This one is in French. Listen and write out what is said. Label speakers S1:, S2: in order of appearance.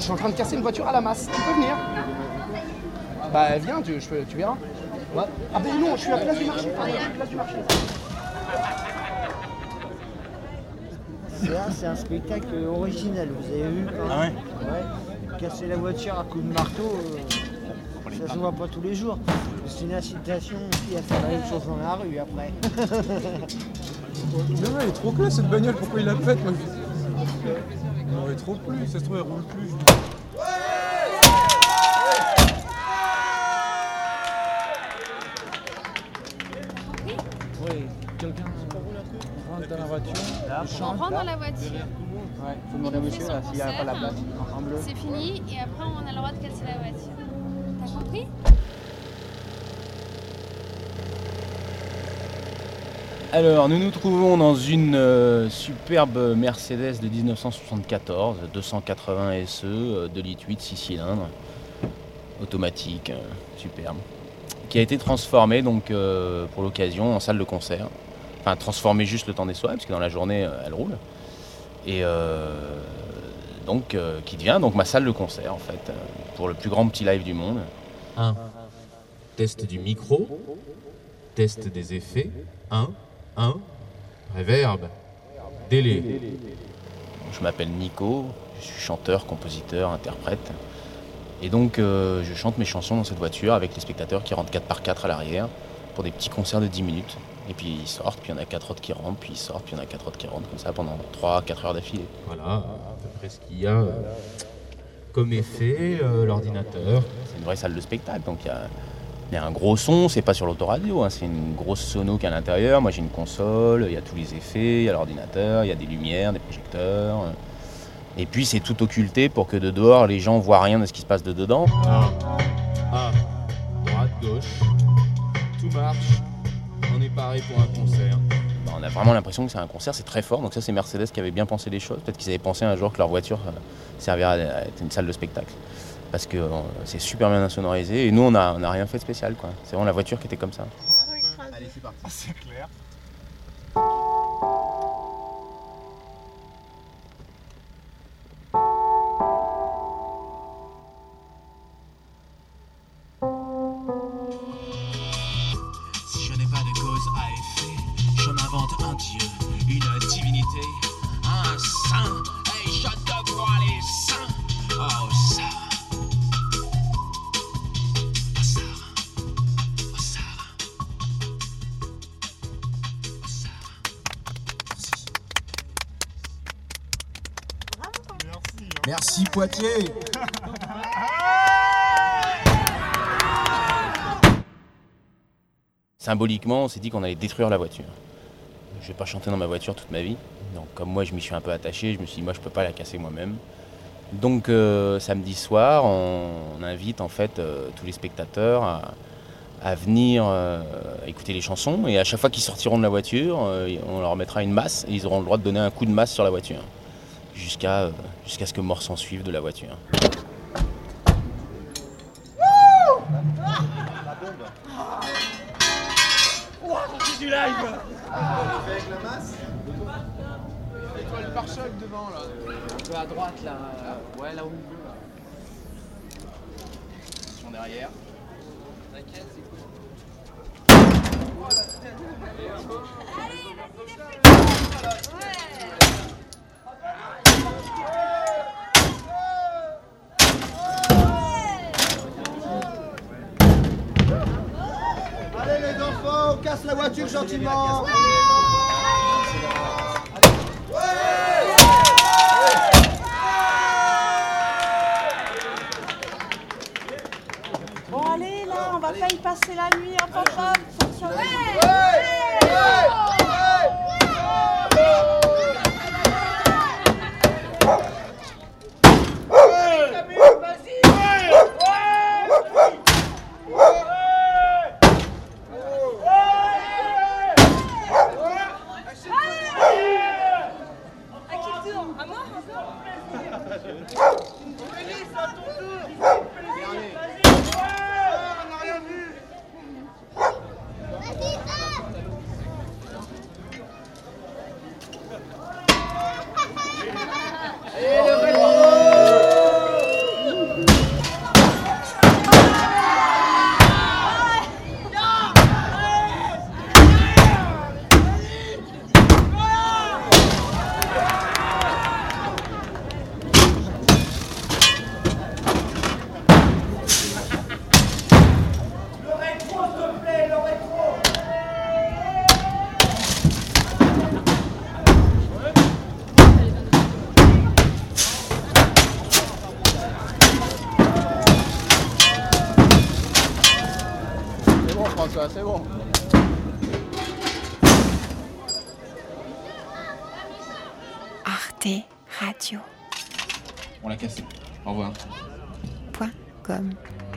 S1: suis en train de casser une voiture à la masse. Tu peux venir? Bah viens, tu verras. Ouais. Ah ben non, je suis à la place du marché. Pardon, je suis à la place du marché.
S2: C'est un spectacle original, vous avez vu quand
S3: Ah ouais?
S2: Ouais. Casser la voiture à coups de marteau, ça se voit pas tous les jours. C'est une incitation aussi à faire la même chose dans la rue après.
S4: Mais ouais, elle est trop classe cette bagnole, pourquoi il la pète moi? Elle aurait trop plu, ça se trouve elle roule plus.
S2: Oui, quelqu'un rentre dans la voiture. Là,
S5: On rentre dans la voiture,
S2: Ouais, faut demander à monsieur là, s'il n'y a pas la place en bleu.
S5: c'est fini et après on a le droit de casser la voiture. T'as compris?
S3: Alors, nous nous trouvons dans une superbe Mercedes de 1974, 280 SE, 2 litres 8, 6 cylindres, automatique, superbe, qui a été transformée donc, pour l'occasion en salle de concert. Enfin, transformée juste le temps des soirées, parce que dans la journée, elle roule. Et donc, qui devient donc ma salle de concert, en fait, pour le plus grand petit live du monde.
S6: 1. Test du micro. Test des effets. 1. Reverb. Délai.
S3: Je m'appelle Nico, je suis chanteur, compositeur, interprète. Et donc je chante mes chansons dans cette voiture avec les spectateurs qui rentrent 4 par 4 à l'arrière pour des petits concerts de 10 minutes. Et puis ils sortent, puis il y en a 4 autres qui rentrent, puis ils sortent, puis il y en a 4 autres qui rentrent, comme ça pendant 3-4 heures d'affilée.
S6: Voilà, à peu près ce qu'il y a comme effet, l'ordinateur.
S3: C'est une vraie salle de spectacle, donc il y a un gros son, c'est pas sur l'autoradio, hein, c'est une grosse sono qui est à l'intérieur. Moi j'ai une console, il y a tous les effets, il y a l'ordinateur, il y a des lumières, des projecteurs. Et puis c'est tout occulté pour que de dehors les gens voient rien de ce qui se passe de dedans.
S6: Droite, gauche, tout marche. On est paré pour un concert.
S3: On a vraiment l'impression que c'est un concert, c'est très fort. Donc ça c'est Mercedes qui avait bien pensé les choses. Peut-être qu'ils avaient pensé un jour que leur voiture servirait à être une salle de spectacle. Parce que c'est super bien insonorisé et nous on a rien fait de spécial quoi. C'est vraiment la voiture qui était comme ça.
S4: Allez c'est parti. C'est clair.
S7: Si je n'ai pas de cause à effet, je m'invente un dieu, une divinité, un saint, et je te vois les saints. Oh ça.
S8: Merci Poitiers.
S3: Symboliquement, on s'est dit qu'on allait détruire la voiture. Je vais pas chanter dans ma voiture toute ma vie. Donc comme moi je m'y suis un peu attaché, je me suis dit moi je peux pas la casser moi-même. Donc samedi soir, on invite en fait tous les spectateurs à venir écouter les chansons et à chaque fois qu'ils sortiront de la voiture, on leur mettra une masse et ils auront le droit de donner un coup de masse sur la voiture. Jusqu'à ce que mort s'en suive de la voiture.
S1: C'est du live. Avec la masse. Et toi le pare-choc devant là. Un peu à droite là. Ouais là où on veut là. Attention derrière. T'inquiète, c'est cool.
S5: Allez, vas-y, ouais.
S8: Allez les enfants, on casse la voiture gentiment.
S9: Bon allez là, on va pas y passer la nuit, hop hop hop, faut que ça
S1: ça, c'est bon.
S10: Arte Radio.
S6: On l'a cassé. Au revoir.
S10: .com